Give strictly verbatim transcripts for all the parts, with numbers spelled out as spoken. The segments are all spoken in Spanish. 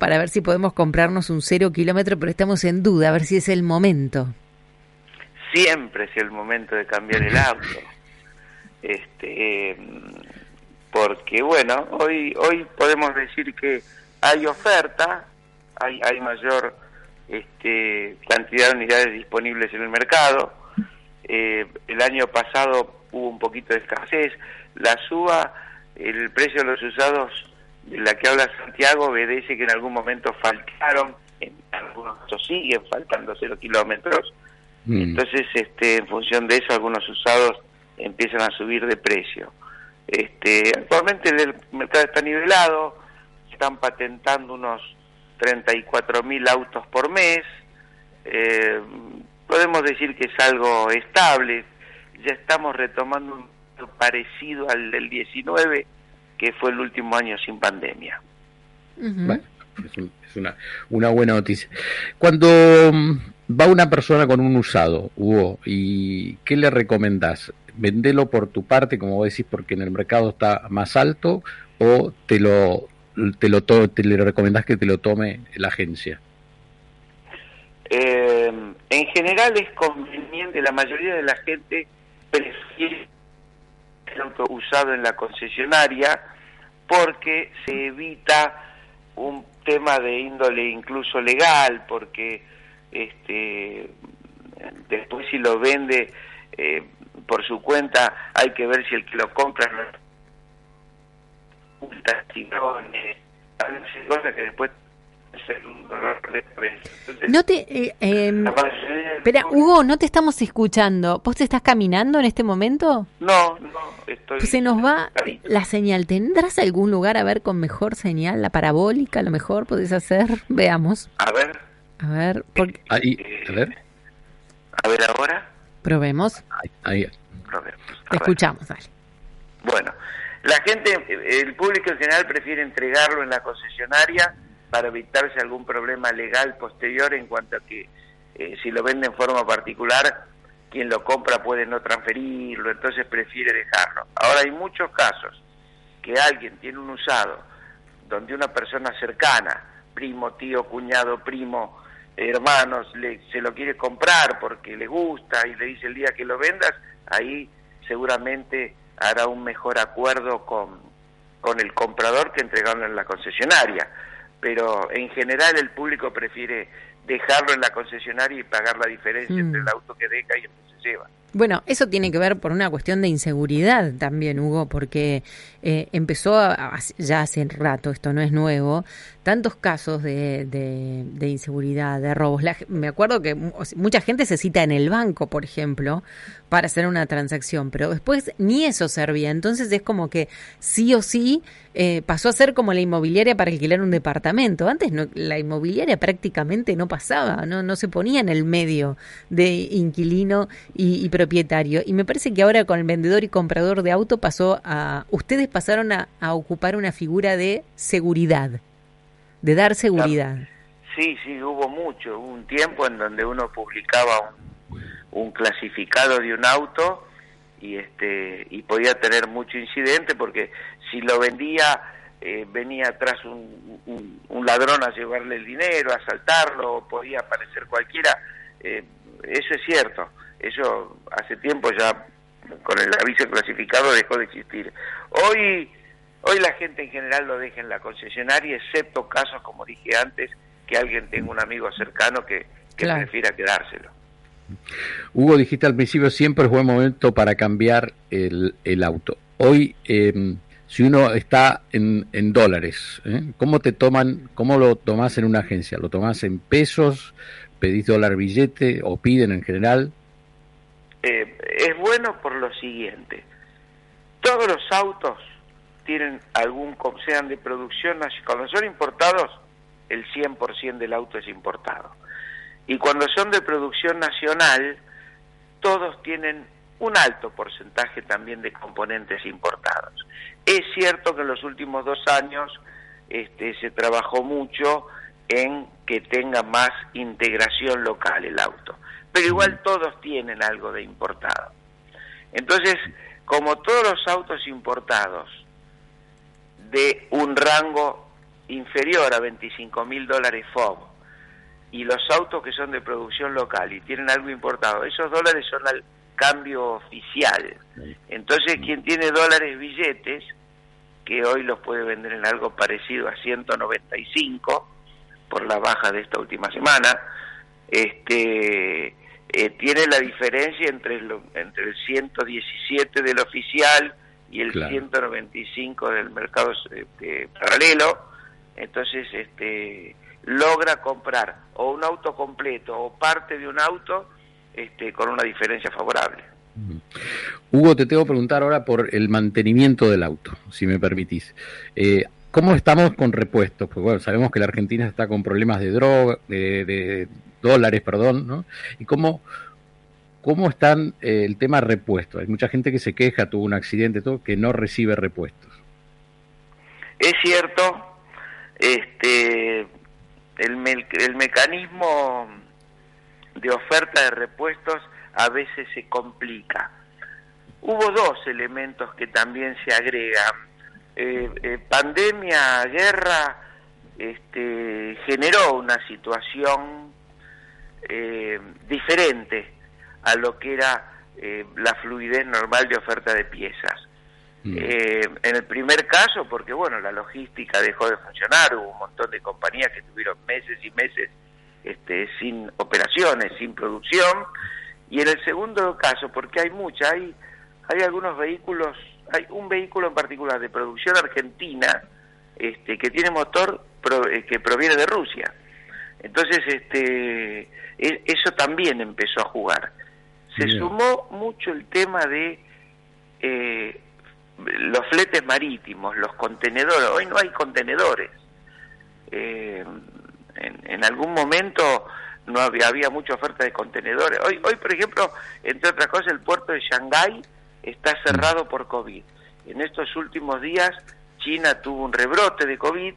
para ver si podemos comprarnos un cero kilómetro, pero estamos en duda, a ver si es el momento. Siempre es el momento de cambiar el auto. Este, porque bueno, hoy hoy podemos decir que hay oferta, hay hay mayor este, cantidad de unidades disponibles en el mercado. Eh, el año pasado hubo un poquito de escasez. La suba, el precio de los usados de la que habla Santiago obedece que en algún momento faltaron, en algunos casos siguen faltando cero kilómetros. Mm. Entonces, este, en función de eso, algunos usados empiezan a subir de precio. Este, actualmente el mercado está nivelado, están patentando unos treinta y cuatro mil autos por mes. Eh, podemos decir que es algo estable. Ya estamos retomando un parecido al del diecinueve, que fue el último año sin pandemia. Uh-huh. Bueno, es, un, es una, una buena noticia. Cuando va una persona con un usado, Hugo, ¿y qué le recomendás? ¿Vendelo por tu parte, como vos decís, porque en el mercado está más alto, o te lo te lo to- te le recomendás que te lo tome la agencia? Eh, en general es conveniente, la mayoría de la gente prefiere el auto usado en la concesionaria porque se evita un tema de índole incluso legal, porque este después si lo vende eh, por su cuenta hay que ver si el que lo compra no tigrones, cosas que después un dolor de cabeza. Entonces, no te eh, eh, espera, Hugo, no te estamos escuchando. ¿Vos te estás caminando en este momento? No, no, estoy... Pues se nos va la señal. ¿Tendrás algún lugar a ver con mejor señal? La parabólica, a lo mejor podés hacer. Veamos. A ver. A ver. Porque... Ahí, a ver. A ver ahora. Probemos. Ahí. ahí. Probemos. Te escuchamos, dale. Bueno, la gente, el público en general prefiere entregarlo en la concesionaria para evitarse algún problema legal posterior en cuanto a que eh, si lo vende en forma particular, quien lo compra puede no transferirlo, entonces prefiere dejarlo. Ahora hay muchos casos que alguien tiene un usado donde una persona cercana, primo, tío, cuñado, primo, hermanos, le, se lo quiere comprar porque le gusta y le dice el día que lo vendas, ahí seguramente hará un mejor acuerdo con, con el comprador que entregarlo en la concesionaria. Pero en general el público prefiere dejarlo en la concesionaria y pagar la diferencia mm. entre el auto que deja y el que se lleva. Bueno, eso tiene que ver por una cuestión de inseguridad también, Hugo, porque eh, empezó a, a, ya hace rato, esto no es nuevo, tantos casos de, de, de inseguridad, de robos. La, me acuerdo que mucha gente se cita en el banco, por ejemplo, para hacer una transacción, pero después ni eso servía. Entonces es como que sí o sí eh, pasó a ser como la inmobiliaria para alquilar un departamento. Antes no, la inmobiliaria prácticamente no pasaba, no, no se ponía en el medio de inquilino y, y propietario. Y me parece que ahora con el vendedor y comprador de auto pasó a... Ustedes pasaron a, a ocupar una figura de seguridad, de dar seguridad. Sí, sí, hubo mucho. Hubo un tiempo en donde uno publicaba un, un clasificado de un auto y este y podía tener mucho incidente porque si lo vendía eh, venía atrás un, un, un ladrón a llevarle el dinero, a asaltarlo, podía aparecer cualquiera. Eh, eso es cierto. Eso hace tiempo ya con el aviso clasificado dejó de existir. Hoy hoy la gente en general lo deja en la concesionaria, excepto casos, como dije antes, que alguien tenga un amigo cercano que, que claro. prefiera quedárselo. Hugo, dijiste al principio, siempre es buen momento para cambiar el, el auto. Hoy, eh, si uno está en, en dólares, ¿eh? ¿cómo te toman, cómo lo tomás en una agencia? ¿Lo tomás en pesos? ¿Pedís dólar billete o piden en general? Eh, es bueno por lo siguiente. Todos los autos tienen algún, sean de producción nacional, cuando son importados, el cien por ciento del auto es importado. Y cuando son de producción nacional, todos tienen un alto porcentaje también de componentes importados. Es cierto que en los últimos dos años este, se trabajó mucho en que tenga más integración local el auto, pero igual todos tienen algo de importado. Entonces, como todos los autos importados de un rango inferior a veinticinco mil dólares F O B, y los autos que son de producción local y tienen algo importado, esos dólares son al cambio oficial. Entonces, quien tiene dólares billetes, que hoy los puede vender en algo parecido a ciento noventa y cinco por la baja de esta última semana, este eh, tiene la diferencia entre el, entre el ciento diecisiete del oficial y el claro. ciento noventa y cinco del mercado este, paralelo. Entonces este logra comprar o un auto completo o parte de un auto este con una diferencia favorable. Hugo, te tengo que preguntar ahora por el mantenimiento del auto, si me permitís. Eh, ¿Cómo estamos con repuestos? Porque bueno, sabemos que la Argentina está con problemas de droga, de, de dólares, perdón, ¿no? ¿Y cómo, cómo están eh, el tema repuestos? Hay mucha gente que se queja, tuvo un accidente, todo, que no recibe repuestos. Es cierto, este, el, me, el mecanismo de oferta de repuestos a veces se complica. Hubo dos elementos que también se agregan. Eh, eh, pandemia, guerra, este, generó una situación eh, diferente a lo que era eh, la fluidez normal de oferta de piezas. Mm. Eh, en el primer caso, porque bueno, la logística dejó de funcionar, hubo un montón de compañías que tuvieron meses y meses este, sin operaciones, sin producción, y en el segundo caso, porque hay mucha, hay, hay algunos vehículos, hay un vehículo en particular de producción argentina este, que tiene motor pro, eh, que proviene de Rusia. Entonces, este, eh, eso también empezó a jugar. Se Bien. sumó mucho el tema de eh, los fletes marítimos, los contenedores. Hoy no hay contenedores. Eh, en, en algún momento no había, había mucha oferta de contenedores. Hoy, hoy, por ejemplo, entre otras cosas, el puerto de Shanghái está cerrado por COVID. En estos últimos días, China tuvo un rebrote de COVID.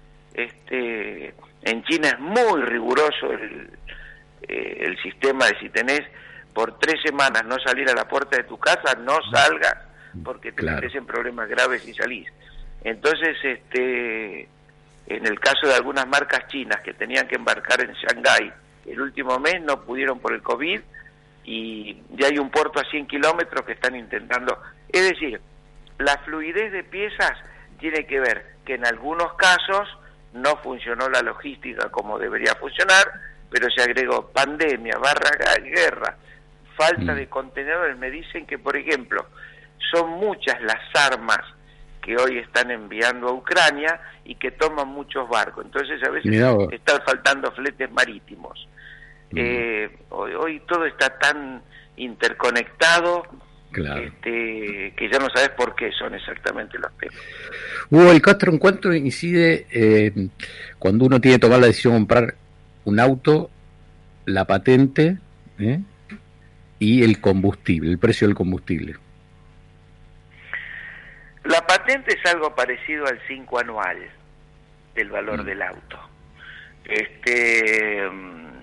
Este, en China es muy riguroso el, eh, el sistema de si tenés por tres semanas no salir a la puerta de tu casa, no salgas, porque te claro. metes en problemas graves si salís. Entonces, este, en el caso de algunas marcas chinas que tenían que embarcar en Shanghái el último mes, no pudieron por el COVID, y ya hay un puerto a cien kilómetros que están intentando. Es decir, la fluidez de piezas tiene que ver que en algunos casos no funcionó la logística como debería funcionar, pero se agregó pandemia, barra guerra, falta mm. de contenedores. Me dicen que, por ejemplo, son muchas las armas que hoy están enviando a Ucrania y que toman muchos barcos. Entonces a veces Mirá, están faltando fletes marítimos. Mm. Eh, hoy, hoy todo está tan interconectado claro. este, que ya no sabes por qué son exactamente los temas. Hugo, el Castro, ¿en cuánto incide eh, cuando uno tiene que tomar la decisión de comprar un auto, la patente eh, y el combustible, el precio del combustible? La patente es algo parecido al cinco anual del valor mm. del auto. Este,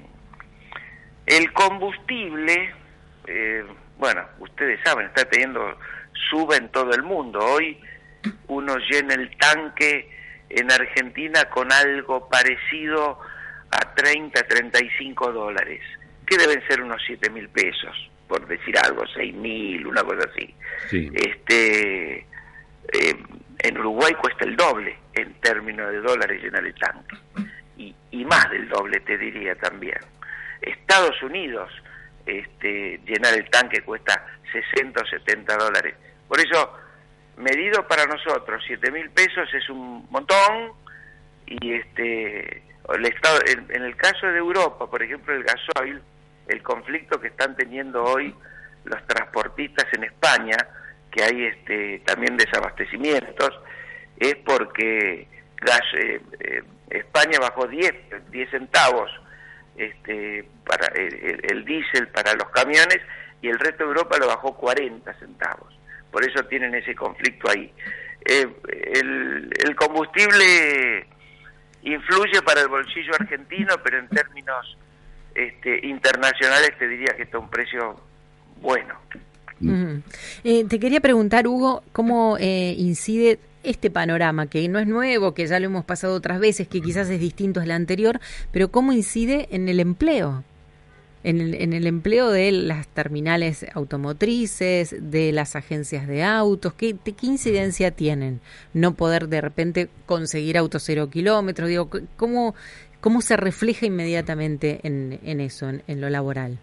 el combustible, eh, bueno, ustedes saben, está teniendo, sube en todo el mundo. Hoy uno llena el tanque en Argentina con algo parecido a treinta, treinta y cinco dólares, que deben ser unos siete mil pesos, por decir algo, seis mil, una cosa así. Sí. Este, eh, en Uruguay cuesta el doble en términos de dólares llenar el tanque, y, y más del doble te diría también. Estados Unidos, este, llenar el tanque cuesta sesenta o setenta dólares. Por eso, medido para nosotros, siete mil pesos es un montón, y este el estado, en, en el caso de Europa, por ejemplo, el gasoil, el conflicto que están teniendo hoy los transportistas en España, que hay este también desabastecimientos, es porque gas, eh, eh, España bajó diez centavos este para el, el, el diésel para los camiones, y el resto de Europa lo bajó cuarenta centavos. Por eso tienen ese conflicto ahí. Eh, el, el combustible influye para el bolsillo argentino, pero en términos este, internacionales te diría que está a un precio bueno. Mm. Eh, te quería preguntar, Hugo, ¿cómo eh, incide este panorama, que no es nuevo, que ya lo hemos pasado otras veces, que quizás es distinto al anterior, pero cómo incide en el empleo, en el, en el empleo de las terminales automotrices, de las agencias de autos, ¿qué, qué incidencia tienen? No poder de repente conseguir autos cero kilómetros, digo, ¿cómo, cómo se refleja inmediatamente en, en eso, en, en lo laboral?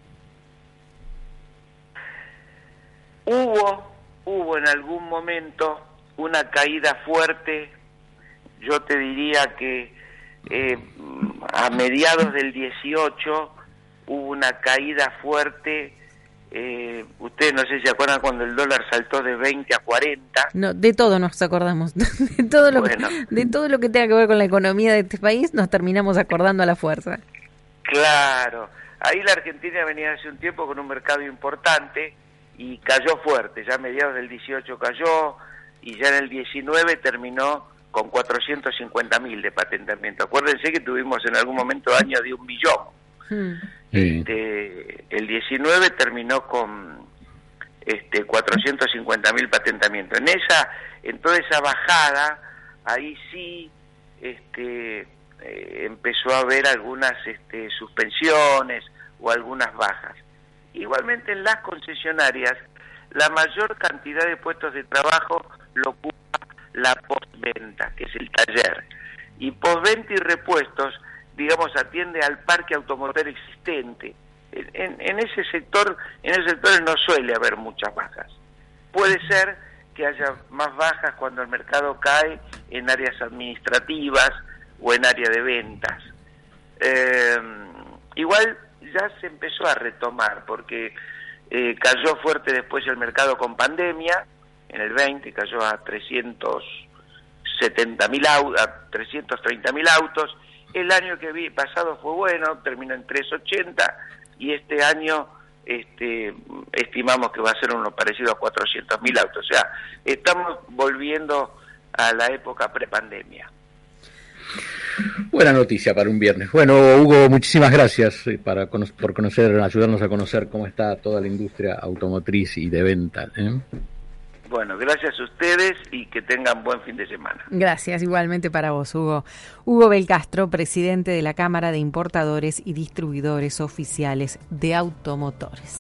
Hubo, hubo en algún momento una caída fuerte, yo te diría que eh, a mediados del dieciocho hubo una caída fuerte, eh, ustedes no sé si se acuerdan cuando el dólar saltó de veinte a cuarenta. No, de todo nos acordamos, de todo lo bueno, que, de todo lo que tenga que ver con la economía de este país nos terminamos acordando a la fuerza. Claro, ahí la Argentina venía hace un tiempo con un mercado importante y cayó fuerte, ya a mediados del dieciocho cayó, y ya en el diecinueve terminó con cuatrocientos cincuenta mil de patentamiento. Acuérdense que tuvimos en algún momento años de un millón. Hmm. Este, el diecinueve terminó con este, cuatrocientos cincuenta mil patentamientos. En esa, en toda esa bajada, ahí sí este, eh, empezó a haber algunas este, suspensiones o algunas bajas. Igualmente en las concesionarias, la mayor cantidad de puestos de trabajo lo ocupa la postventa, que es el taller. Y postventa y repuestos, digamos, atiende al parque automotor existente. En, en, en ese sector, en esos sectores no suele haber muchas bajas. Puede ser que haya más bajas cuando el mercado cae en áreas administrativas o en área de ventas. Eh, igual ya se empezó a retomar, porque eh, cayó fuerte después el mercado con pandemia. En el veinte cayó a trescientos setenta mil autos, a trescientos treinta mil autos. El año que vi pasado fue bueno, terminó en trescientos ochenta, y este año este, estimamos que va a ser uno parecido a cuatrocientos mil autos. O sea, estamos volviendo a la época prepandemia. Buena noticia para un viernes. Bueno, Hugo, muchísimas gracias para por conocer, ayudarnos a conocer cómo está toda la industria automotriz y de venta, ¿eh? Bueno, gracias a ustedes y que tengan buen fin de semana. Gracias, igualmente para vos, Hugo. Hugo Belcastro, presidente de la Cámara de Importadores y Distribuidores Oficiales de Automotores.